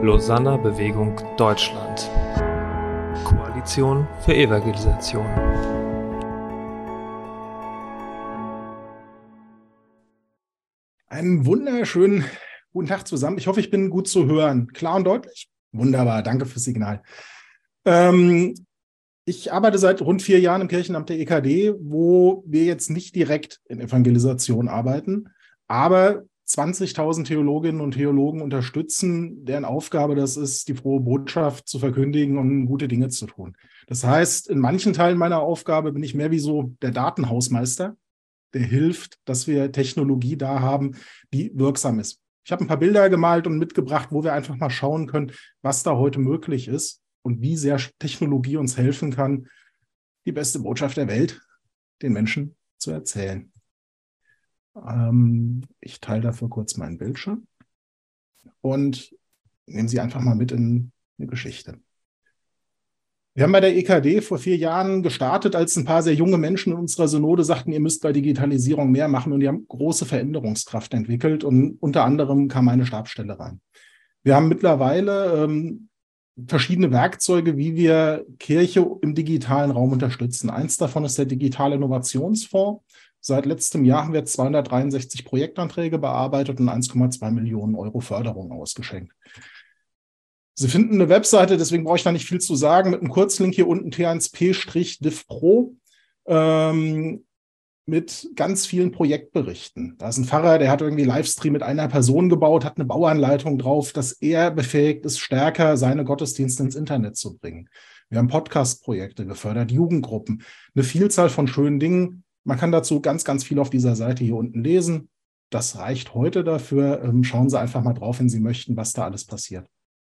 Lausanner Bewegung Deutschland. Koalition für Evangelisation. Einen wunderschönen guten Tag zusammen. Ich hoffe, ich bin gut zu hören. Klar und deutlich? Wunderbar, danke fürs Signal. Ich arbeite seit rund 4 Jahren im Kirchenamt der EKD, wo wir jetzt nicht direkt in Evangelisation arbeiten, aber 20.000 Theologinnen und Theologen unterstützen, deren Aufgabe das ist, die frohe Botschaft zu verkündigen und gute Dinge zu tun. Das heißt, in manchen Teilen meiner Aufgabe bin ich mehr wie so der Datenhausmeister, der hilft, dass wir Technologie da haben, die wirksam ist. Ich habe ein paar Bilder gemalt und mitgebracht, wo wir einfach mal schauen können, was da heute möglich ist und wie sehr Technologie uns helfen kann, die beste Botschaft der Welt den Menschen zu erzählen. Ich teile dafür kurz meinen Bildschirm und nehme Sie einfach mal mit in eine Geschichte. Wir haben bei der EKD vor 4 Jahren gestartet, als ein paar sehr junge Menschen in unserer Synode sagten, ihr müsst bei Digitalisierung mehr machen, und die haben große Veränderungskraft entwickelt, und unter anderem kam eine Stabsstelle rein. Wir haben mittlerweile verschiedene Werkzeuge, wie wir Kirche im digitalen Raum unterstützen. Eins davon ist der Digitale Innovationsfonds. Seit letztem Jahr haben wir 263 Projektanträge bearbeitet und 1,2 Millionen Euro Förderung ausgeschenkt. Sie finden eine Webseite, deswegen brauche ich da nicht viel zu sagen, mit einem Kurzlink hier unten T1P-Div-Pro mit ganz vielen Projektberichten. Da ist ein Pfarrer, der hat irgendwie Livestream mit einer Person gebaut, hat eine Bauanleitung drauf, dass er befähigt ist, stärker seine Gottesdienste ins Internet zu bringen. Wir haben Podcast-Projekte gefördert, Jugendgruppen, eine Vielzahl von schönen Dingen. Man kann dazu ganz, ganz viel auf dieser Seite hier unten lesen. Das reicht heute dafür. Schauen Sie einfach mal drauf, wenn Sie möchten, was da alles passiert.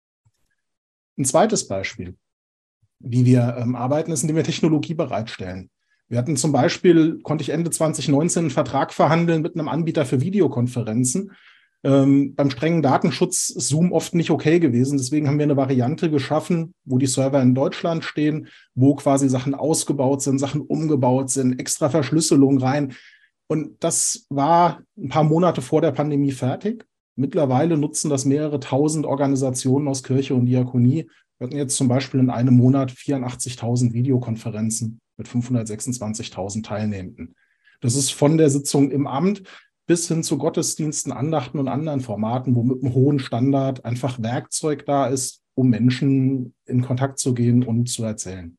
Ein zweites Beispiel, wie wir arbeiten, ist, indem wir Technologie bereitstellen. Wir hatten zum Beispiel, konnte ich Ende 2019 einen Vertrag verhandeln mit einem Anbieter für Videokonferenzen. Beim strengen Datenschutz ist Zoom oft nicht okay gewesen. Deswegen haben wir eine Variante geschaffen, wo die Server in Deutschland stehen, wo quasi Sachen ausgebaut sind, Sachen umgebaut sind, extra Verschlüsselung rein. Und das war ein paar Monate vor der Pandemie fertig. Mittlerweile nutzen das mehrere tausend Organisationen aus Kirche und Diakonie. Wir hatten jetzt zum Beispiel in einem Monat 84.000 Videokonferenzen mit 526.000 Teilnehmenden. Das ist von der Sitzung im Amt bis hin zu Gottesdiensten, Andachten und anderen Formaten, wo mit einem hohen Standard einfach Werkzeug da ist, um Menschen in Kontakt zu gehen und zu erzählen.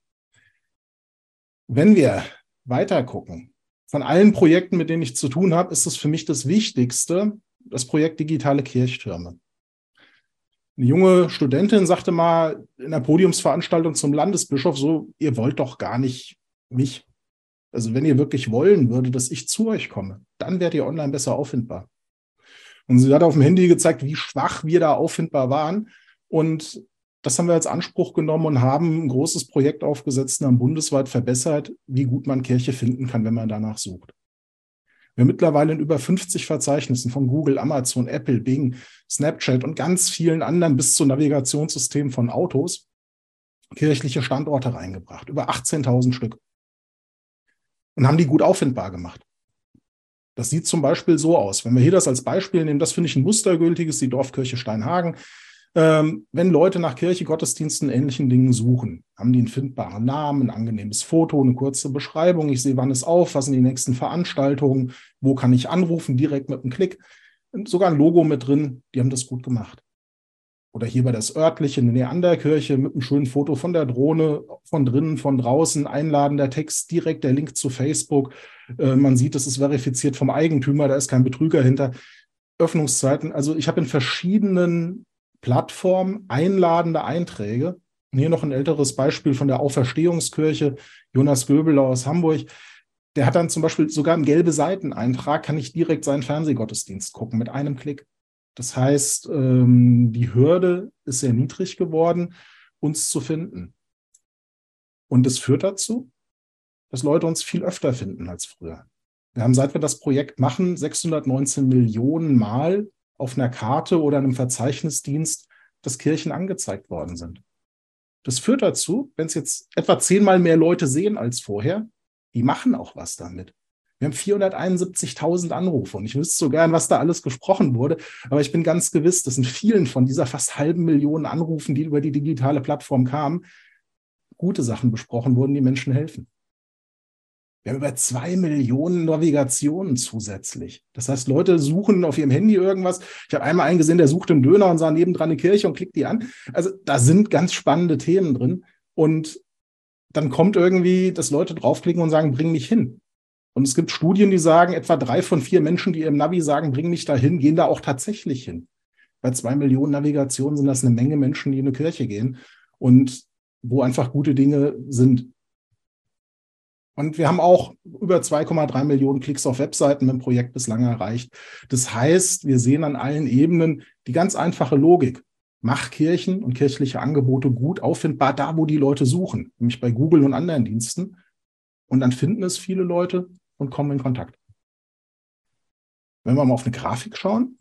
Wenn wir weiter gucken, von allen Projekten, mit denen ich zu tun habe, ist es für mich das Wichtigste, das Projekt Digitale Kirchtürme. Eine junge Studentin sagte mal in der Podiumsveranstaltung zum Landesbischof so, ihr wollt doch gar nicht mich. Also wenn ihr wirklich wollen würdet, dass ich zu euch komme, dann wärt ihr online besser auffindbar. Und sie hat auf dem Handy gezeigt, wie schwach wir da auffindbar waren. Und das haben wir als Anspruch genommen und haben ein großes Projekt aufgesetzt und haben bundesweit verbessert, wie gut man Kirche finden kann, wenn man danach sucht. Wir haben mittlerweile in über 50 Verzeichnissen von Google, Amazon, Apple, Bing, Snapchat und ganz vielen anderen bis zu Navigationssystemen von Autos kirchliche Standorte reingebracht. Über 18.000 Stück. Und haben die gut auffindbar gemacht. Das sieht zum Beispiel so aus. Wenn wir hier das als Beispiel nehmen, das finde ich ein mustergültiges, die Dorfkirche Steinhagen. Wenn Leute nach Kirche, Gottesdiensten, ähnlichen Dingen suchen, haben die einen findbaren Namen, ein angenehmes Foto, eine kurze Beschreibung. Ich sehe, wann ist auf, was sind die nächsten Veranstaltungen, wo kann ich anrufen, direkt mit einem Klick. Und sogar ein Logo mit drin, die haben das gut gemacht. Oder hier bei das örtliche, in der Nähe an der Kirche, mit einem schönen Foto von der Drohne, von drinnen, von draußen, einladender Text, direkt der Link zu Facebook. Man sieht, es ist verifiziert vom Eigentümer, da ist kein Betrüger hinter. Öffnungszeiten, also ich habe in verschiedenen Plattformen einladende Einträge. Und hier noch ein älteres Beispiel von der Auferstehungskirche, Jonas Göbel aus Hamburg. Der hat dann zum Beispiel sogar einen gelben Seiteneintrag, kann ich direkt seinen Fernsehgottesdienst gucken mit einem Klick. Das heißt, die Hürde ist sehr niedrig geworden, uns zu finden. Und es führt dazu, dass Leute uns viel öfter finden als früher. Wir haben, seit wir das Projekt machen, 619 Millionen Mal auf einer Karte oder einem Verzeichnisdienst, dass Kirchen angezeigt worden sind. Das führt dazu, wenn es jetzt etwa 10-mal mehr Leute sehen als vorher, die machen auch was damit. Wir haben 471.000 Anrufe und ich wüsste so gern, was da alles gesprochen wurde, aber ich bin ganz gewiss, dass in vielen von dieser fast halben Million Anrufen, die über die digitale Plattform kamen, gute Sachen besprochen wurden, die Menschen helfen. Wir haben über 2 Millionen Navigationen zusätzlich. Das heißt, Leute suchen auf ihrem Handy irgendwas. Ich habe einmal einen gesehen, der sucht einen Döner und sah nebendran eine Kirche und klickt die an. Also da sind ganz spannende Themen drin. Und dann kommt irgendwie, dass Leute draufklicken und sagen, bring mich hin. Und es gibt Studien, die sagen, etwa 3 von 4 Menschen, die im Navi sagen, bring mich dahin, gehen da auch tatsächlich hin. Bei 2 Millionen Navigationen sind das eine Menge Menschen, die in eine Kirche gehen und wo einfach gute Dinge sind. Und wir haben auch über 2,3 Millionen Klicks auf Webseiten mit dem Projekt bislang erreicht. Das heißt, wir sehen an allen Ebenen die ganz einfache Logik. Mach Kirchen und kirchliche Angebote gut auffindbar, da wo die Leute suchen, nämlich bei Google und anderen Diensten. Und dann finden es viele Leute und kommen in Kontakt. Wenn wir mal auf eine Grafik schauen,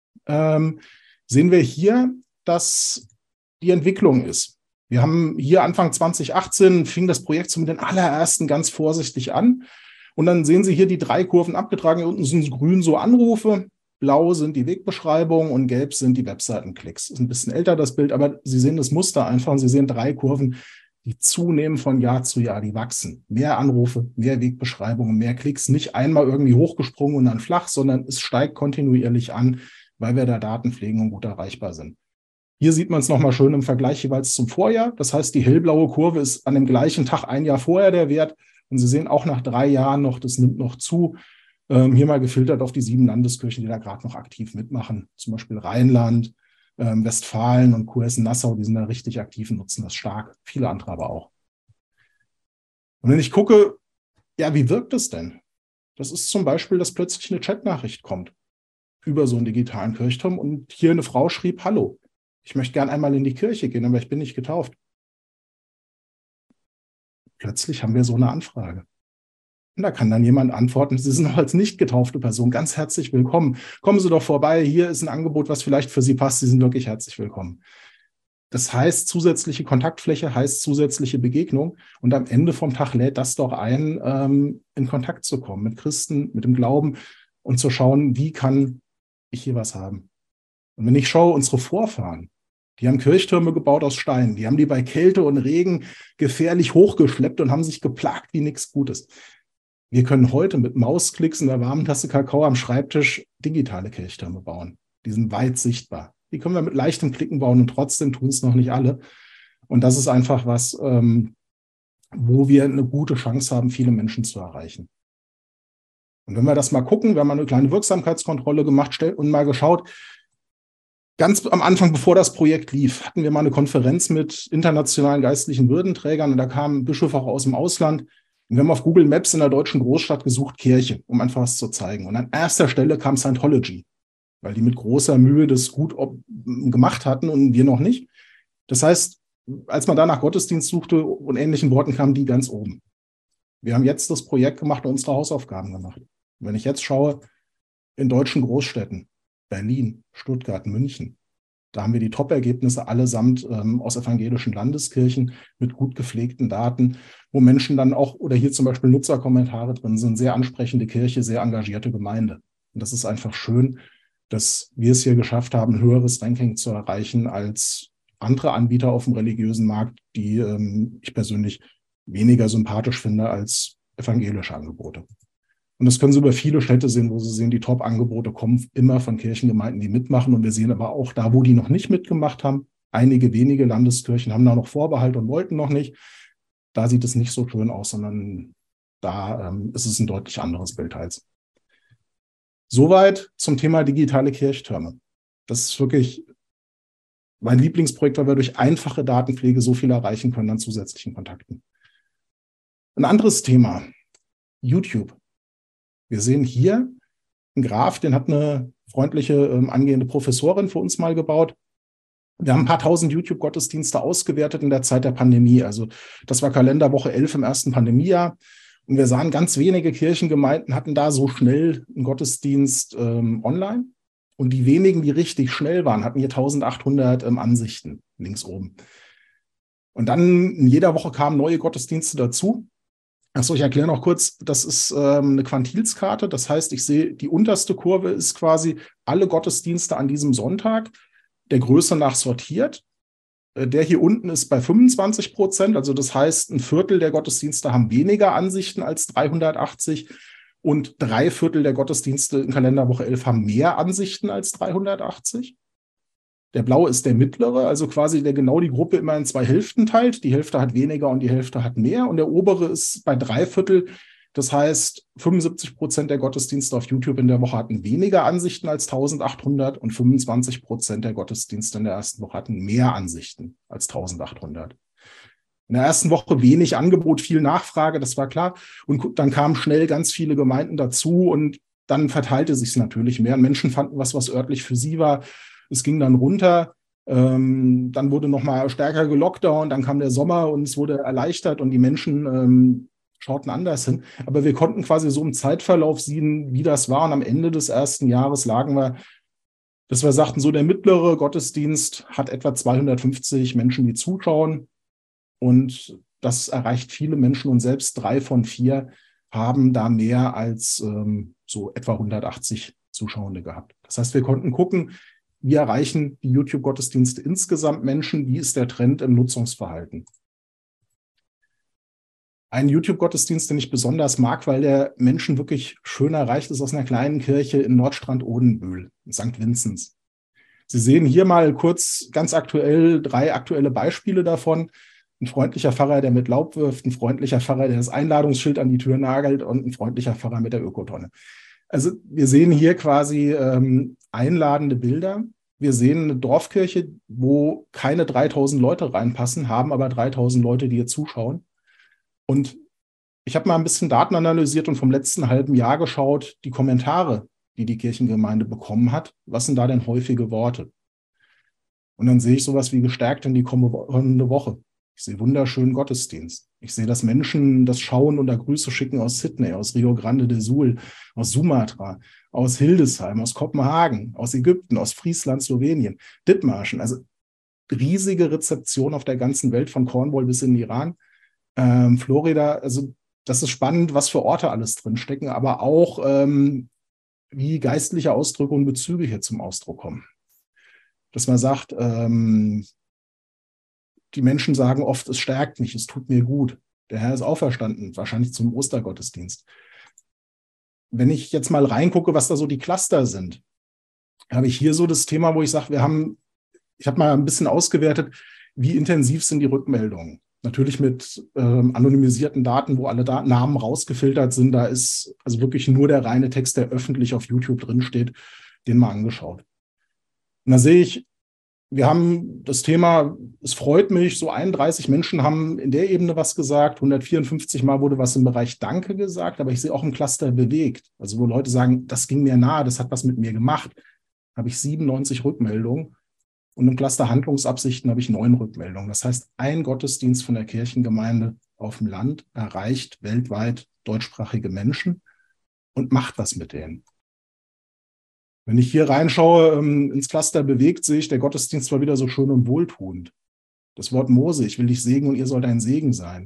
sehen wir hier, dass die Entwicklung ist. Wir haben hier Anfang 2018 fing das Projekt so mit den allerersten ganz vorsichtig an. Und dann sehen Sie hier die 3 Kurven abgetragen. Hier unten sind grün so Anrufe, blau sind die Wegbeschreibungen und gelb sind die Webseitenklicks. Ist ein bisschen älter das Bild, aber Sie sehen das Muster einfach und Sie sehen 3 Kurven, die zunehmen von Jahr zu Jahr, die wachsen. Mehr Anrufe, mehr Wegbeschreibungen, mehr Klicks. Nicht einmal irgendwie hochgesprungen und dann flach, sondern es steigt kontinuierlich an, weil wir da Daten pflegen und gut erreichbar sind. Hier sieht man es nochmal schön im Vergleich jeweils zum Vorjahr. Das heißt, die hellblaue Kurve ist an dem gleichen Tag ein Jahr vorher der Wert. Und Sie sehen auch nach 3 Jahren noch, das nimmt noch zu. Hier mal gefiltert auf die 7 Landeskirchen, die da gerade noch aktiv mitmachen. Zum Beispiel Rheinland, Westfalen und Kurhessen-Nassau, die sind da richtig aktiv und nutzen das stark. Viele andere aber auch. Und wenn ich gucke, ja, wie wirkt es denn? Das ist zum Beispiel, dass plötzlich eine Chatnachricht kommt über so einen digitalen Kirchturm und hier eine Frau schrieb, hallo. Ich möchte gern einmal in die Kirche gehen, aber ich bin nicht getauft. Plötzlich haben wir so eine Anfrage. Und da kann dann jemand antworten, Sie sind noch als nicht getaufte Person ganz herzlich willkommen. Kommen Sie doch vorbei, hier ist ein Angebot, was vielleicht für Sie passt. Sie sind wirklich herzlich willkommen. Das heißt, zusätzliche Kontaktfläche heißt zusätzliche Begegnung. Und am Ende vom Tag lädt das doch ein, in Kontakt zu kommen mit Christen, mit dem Glauben und zu schauen, wie kann ich hier was haben. Und wenn ich schaue, unsere Vorfahren, die haben Kirchtürme gebaut aus Stein. Die haben die bei Kälte und Regen gefährlich hochgeschleppt und haben sich geplagt wie nichts Gutes. Wir können heute mit Mausklicks und einer warmen Tasse Kakao am Schreibtisch digitale Kirchtürme bauen. Die sind weit sichtbar. Die können wir mit leichtem Klicken bauen und trotzdem tun es noch nicht alle. Und das ist einfach was, wo wir eine gute Chance haben, viele Menschen zu erreichen. Und wenn wir das mal gucken, wir haben mal eine kleine Wirksamkeitskontrolle gemacht und mal geschaut, ganz am Anfang, bevor das Projekt lief, hatten wir mal eine Konferenz mit internationalen geistlichen Würdenträgern und da kamen Bischöfe auch aus dem Ausland. Und wir haben auf Google Maps in der deutschen Großstadt gesucht, Kirche, um einfach was zu zeigen. Und an erster Stelle kam Scientology, weil die mit großer Mühe das gut gemacht hatten und wir noch nicht. Das heißt, als man da nach Gottesdienst suchte und ähnlichen Worten, kamen die ganz oben. Wir haben jetzt das Projekt gemacht und unsere Hausaufgaben gemacht. Und wenn ich jetzt schaue, in deutschen Großstädten, Berlin, Stuttgart, München. Da haben wir die Top-Ergebnisse allesamt aus evangelischen Landeskirchen mit gut gepflegten Daten, wo Menschen dann auch, oder hier zum Beispiel Nutzerkommentare drin sind, sehr ansprechende Kirche, sehr engagierte Gemeinde. Und das ist einfach schön, dass wir es hier geschafft haben, ein höheres Ranking zu erreichen als andere Anbieter auf dem religiösen Markt, die ich persönlich weniger sympathisch finde als evangelische Angebote. Und das können Sie über viele Städte sehen, wo Sie sehen, die Top-Angebote kommen immer von Kirchengemeinden, die mitmachen. Und wir sehen aber auch da, wo die noch nicht mitgemacht haben, einige wenige Landeskirchen haben da noch Vorbehalte und wollten noch nicht. Da sieht es nicht so schön aus, sondern da ist es ein deutlich anderes Bild als. Soweit zum Thema digitale Kirchtürme. Das ist wirklich mein Lieblingsprojekt, weil wir durch einfache Datenpflege so viel erreichen können an zusätzlichen Kontakten. Ein anderes Thema, YouTube. Wir sehen hier einen Graph, den hat eine freundliche angehende Professorin für uns mal gebaut. Wir haben ein paar tausend YouTube-Gottesdienste ausgewertet in der Zeit der Pandemie. Also das war Kalenderwoche 11 im ersten Pandemiejahr. Und wir sahen, ganz wenige Kirchengemeinden hatten da so schnell einen Gottesdienst online. Und die wenigen, die richtig schnell waren, hatten hier 1800 Ansichten links oben. Und dann in jeder Woche kamen neue Gottesdienste dazu. Achso, ich erkläre noch kurz, das ist eine Quantilskarte. Das heißt, ich sehe, die unterste Kurve ist quasi alle Gottesdienste an diesem Sonntag, der Größe nach sortiert. Der hier unten ist bei 25%, also das heißt, ein Viertel der Gottesdienste haben weniger Ansichten als 380 und 3/4 der Gottesdienste in Kalenderwoche 11 haben mehr Ansichten als 380. Der blaue ist der mittlere, also quasi der genau die Gruppe immer in zwei Hälften teilt. Die Hälfte hat weniger und die Hälfte hat mehr. Und der obere ist bei 3/4. Das heißt, 75% der Gottesdienste auf YouTube in der Woche hatten weniger Ansichten als 1800 und 25% der Gottesdienste in der ersten Woche hatten mehr Ansichten als 1800. In der ersten Woche wenig Angebot, viel Nachfrage, das war klar. Und dann kamen schnell ganz viele Gemeinden dazu und dann verteilte sich es natürlich mehr. Und Menschen fanden was örtlich für sie war. Es ging dann runter. Dann wurde noch mal stärker gelockdown, dann kam der Sommer und es wurde erleichtert und die Menschen schauten anders hin. Aber wir konnten quasi so im Zeitverlauf sehen, wie das war. Und am Ende des ersten Jahres lagen wir, dass wir sagten, so der mittlere Gottesdienst hat etwa 250 Menschen, die zuschauen. Und das erreicht viele Menschen. Und selbst 3 von 4 haben da mehr als so etwa 180 Zuschauende gehabt. Das heißt, wir konnten gucken, wie erreichen die YouTube-Gottesdienste insgesamt Menschen? Wie ist der Trend im Nutzungsverhalten? Ein YouTube-Gottesdienst, den ich besonders mag, weil der Menschen wirklich schön erreicht, ist aus einer kleinen Kirche in Nordstrand-Odenbühl, St. Vinzenz. Sie sehen hier mal kurz ganz aktuell 3 aktuelle Beispiele davon. Ein freundlicher Pfarrer, der mit Laub wirft, ein freundlicher Pfarrer, der das Einladungsschild an die Tür nagelt und ein freundlicher Pfarrer mit der Ökotonne. Also wir sehen hier quasi einladende Bilder. Wir sehen eine Dorfkirche, wo keine 3000 Leute reinpassen, haben aber 3000 Leute, die hier zuschauen. Und ich habe mal ein bisschen Daten analysiert und vom letzten halben Jahr geschaut, die Kommentare, die die Kirchengemeinde bekommen hat. Was sind da denn häufige Worte? Und dann sehe ich sowas wie gestärkt in die kommende Woche. Ich sehe wunderschönen Gottesdienst. Ich sehe, dass Menschen das schauen und da Grüße schicken aus Sydney, aus Rio Grande do Sul, aus Sumatra, aus Hildesheim, aus Kopenhagen, aus Ägypten, aus Friesland, Slowenien, Dithmarschen. Also riesige Rezeption auf der ganzen Welt, von Cornwall bis in den Iran. Florida, also das ist spannend, was für Orte alles drinstecken, aber auch wie geistliche Ausdrücke und Bezüge hier zum Ausdruck kommen. Dass man sagt, die Menschen sagen oft, es stärkt mich, es tut mir gut. Der Herr ist auferstanden, wahrscheinlich zum Ostergottesdienst. Wenn ich jetzt mal reingucke, was da so die Cluster sind, habe ich hier so das Thema, wo ich sage, ich habe mal ein bisschen ausgewertet, wie intensiv sind die Rückmeldungen. Natürlich mit anonymisierten Daten, wo alle Namen rausgefiltert sind. Da ist also wirklich nur der reine Text, der öffentlich auf YouTube drinsteht, den mal angeschaut. Und da sehe ich, wir haben das Thema, es freut mich, so 31 Menschen haben in der Ebene was gesagt, 154 Mal wurde was im Bereich Danke gesagt, aber ich sehe auch ein Cluster bewegt. Also wo Leute sagen, das ging mir nahe, das hat was mit mir gemacht, habe ich 97 Rückmeldungen. Und im Cluster Handlungsabsichten habe ich 9 Rückmeldungen. Das heißt, ein Gottesdienst von der Kirchengemeinde auf dem Land erreicht weltweit deutschsprachige Menschen und macht was mit denen. Wenn ich hier reinschaue, ins Cluster bewegt, sehe ich, der Gottesdienst war wieder so schön und wohltuend. Das Wort Mose, ich will dich segnen und ihr sollt ein Segen sein.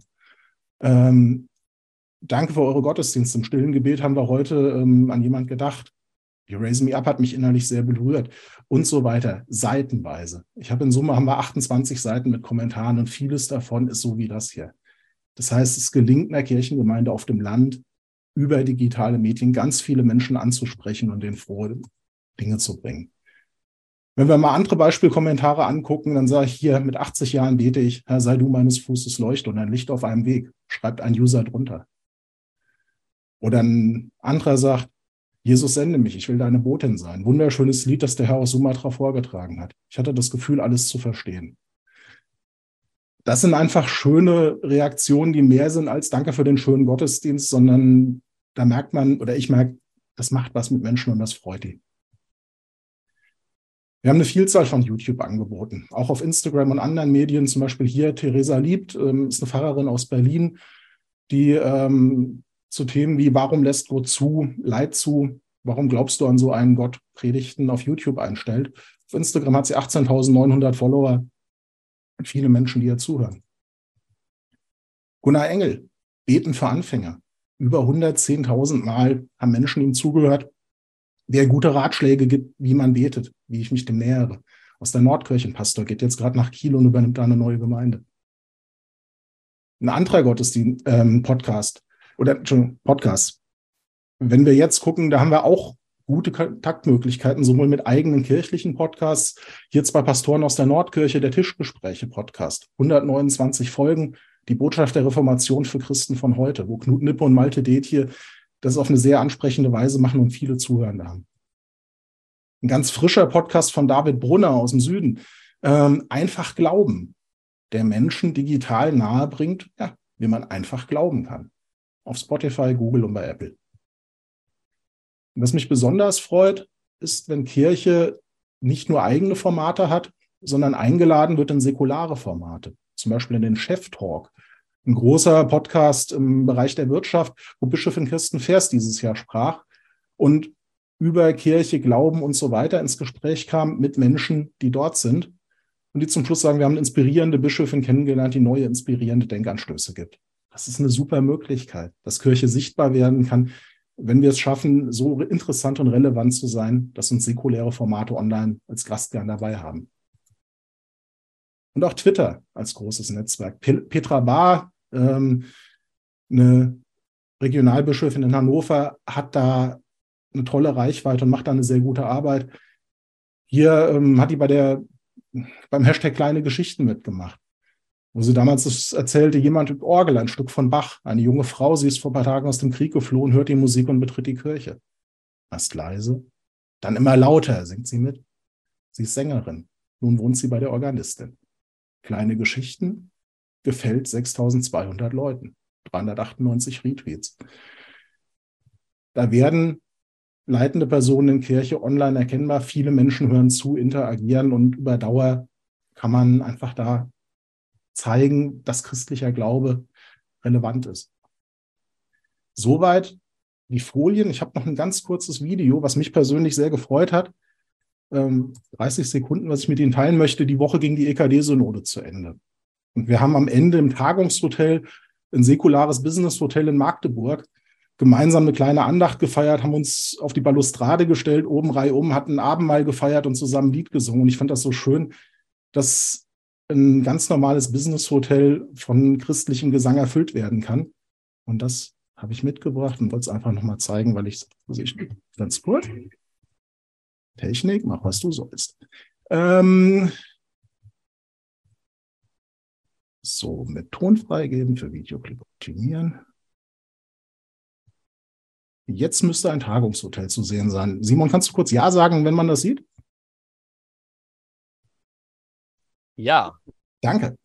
Danke für eure Gottesdienste. Im stillen Gebet haben wir heute an jemand gedacht. You Raise Me Up hat mich innerlich sehr berührt und so weiter, seitenweise. In Summe haben wir 28 Seiten mit Kommentaren und vieles davon ist so wie das hier. Das heißt, es gelingt einer Kirchengemeinde auf dem Land, über digitale Medien ganz viele Menschen anzusprechen und denen frohe Dinge zu bringen. Wenn wir mal andere Beispielkommentare angucken, dann sage ich hier, mit 80 Jahren bete ich, Herr, sei du meines Fußes Leuchte und ein Licht auf einem Weg, schreibt ein User drunter. Oder ein anderer sagt, Jesus, sende mich, ich will deine Botin sein. Wunderschönes Lied, das der Herr aus Sumatra vorgetragen hat. Ich hatte das Gefühl, alles zu verstehen. Das sind einfach schöne Reaktionen, die mehr sind als Danke für den schönen Gottesdienst, sondern da merkt man, oder ich merke, das macht was mit Menschen und das freut die. Wir haben eine Vielzahl von YouTube-Angeboten, auch auf Instagram und anderen Medien, zum Beispiel hier Theresa Liebt, ist eine Pfarrerin aus Berlin, die zu Themen wie warum lässt Gott zu, Leid zu, warum glaubst du an so einen Gott, Predigten auf YouTube einstellt. Auf Instagram hat sie 18.900 Follower und viele Menschen, die ihr zuhören. Gunnar Engel, Beten für Anfänger. Über 110.000 Mal haben Menschen ihm zugehört, der gute Ratschläge gibt, wie man betet, wie ich mich dem nähere. Aus der Nordkirchenpastor geht jetzt gerade nach Kiel und übernimmt da eine neue Gemeinde. Ein anderer Gottesdienst, Podcast, Podcast. Wenn wir jetzt gucken, da haben wir auch gute Kontaktmöglichkeiten, sowohl mit eigenen kirchlichen Podcasts, hier 2 Pastoren aus der Nordkirche, der Tischgespräche-Podcast, 129 Folgen, die Botschaft der Reformation für Christen von heute, wo Knut Nippe und Malte Detje das auf eine sehr ansprechende Weise machen und viele Zuhörende haben. Ein ganz frischer Podcast von David Brunner aus dem Süden, einfach glauben, der Menschen digital nahebringt, ja, wie man einfach glauben kann. Auf Spotify, Google und bei Apple. Und was mich besonders freut, ist, wenn Kirche nicht nur eigene Formate hat, sondern eingeladen wird in säkulare Formate. Zum Beispiel in den Chef-Talk, ein großer Podcast im Bereich der Wirtschaft, wo Bischöfin Kirsten Vers dieses Jahr sprach und über Kirche, Glauben und so weiter ins Gespräch kam mit Menschen, die dort sind und die zum Schluss sagen, wir haben eine inspirierende Bischöfin kennengelernt, die neue inspirierende Denkanstöße gibt. Das ist eine super Möglichkeit, dass Kirche sichtbar werden kann, wenn wir es schaffen, so interessant und relevant zu sein, dass uns säkuläre Formate online als Gast gern dabei haben. Und auch Twitter als großes Netzwerk. Petra Bahr, eine Regionalbischöfin in Hannover, hat da eine tolle Reichweite und macht da eine sehr gute Arbeit. Hier hat die beim Hashtag Kleine Geschichten mitgemacht, wo sie damals das erzählte, jemand übt Orgel, ein Stück von Bach. Eine junge Frau, sie ist vor ein paar Tagen aus dem Krieg geflohen, hört die Musik und betritt die Kirche. Erst leise, dann immer lauter, singt sie mit. Sie ist Sängerin. Nun wohnt sie bei der Organistin. Kleine Geschichten gefällt 6.200 Leuten. 398 Retweets. Da werden leitende Personen in Kirche online erkennbar. Viele Menschen hören zu, interagieren und über Dauer kann man einfach da zeigen, dass christlicher Glaube relevant ist. Soweit die Folien. Ich habe noch ein ganz kurzes Video, was mich persönlich sehr gefreut hat. 30 Sekunden, was ich mit Ihnen teilen möchte. Die Woche ging die EKD-Synode zu Ende. Und wir haben am Ende im Tagungshotel, ein säkulares Business-Hotel in Magdeburg, gemeinsam eine kleine Andacht gefeiert, haben uns auf die Balustrade gestellt, oben reihum, hatten ein Abendmahl gefeiert und zusammen ein Lied gesungen. Und ich fand das so schön, dass ein ganz normales Business-Hotel von christlichem Gesang erfüllt werden kann. Und das habe ich mitgebracht und wollte es einfach nochmal zeigen, weil ich ganz kurz. Technik, mach, was du sollst. So, mit Ton freigeben, für Videoclip optimieren. Jetzt müsste ein Tagungshotel zu sehen sein. Simon, kannst du kurz Ja sagen, wenn man das sieht? Ja. Danke.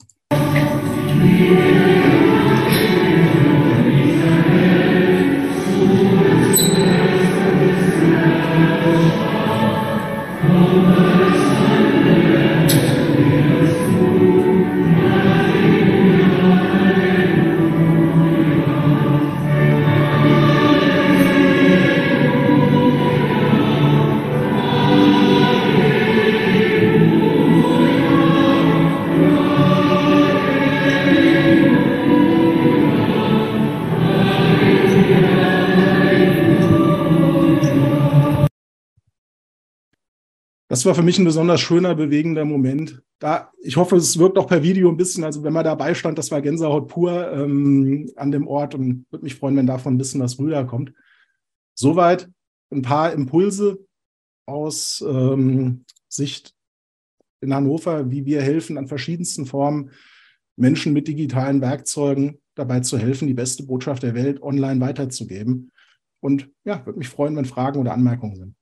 Das war für mich ein besonders schöner, bewegender Moment. Ich hoffe, es wirkt auch per Video ein bisschen, also wenn man dabei stand, das war Gänsehaut pur an dem Ort und würde mich freuen, wenn davon ein bisschen was rüberkommt. Soweit ein paar Impulse aus Sicht in Hannover, wie wir helfen, an verschiedensten Formen Menschen mit digitalen Werkzeugen dabei zu helfen, die beste Botschaft der Welt online weiterzugeben. Und ja, würde mich freuen, wenn Fragen oder Anmerkungen sind.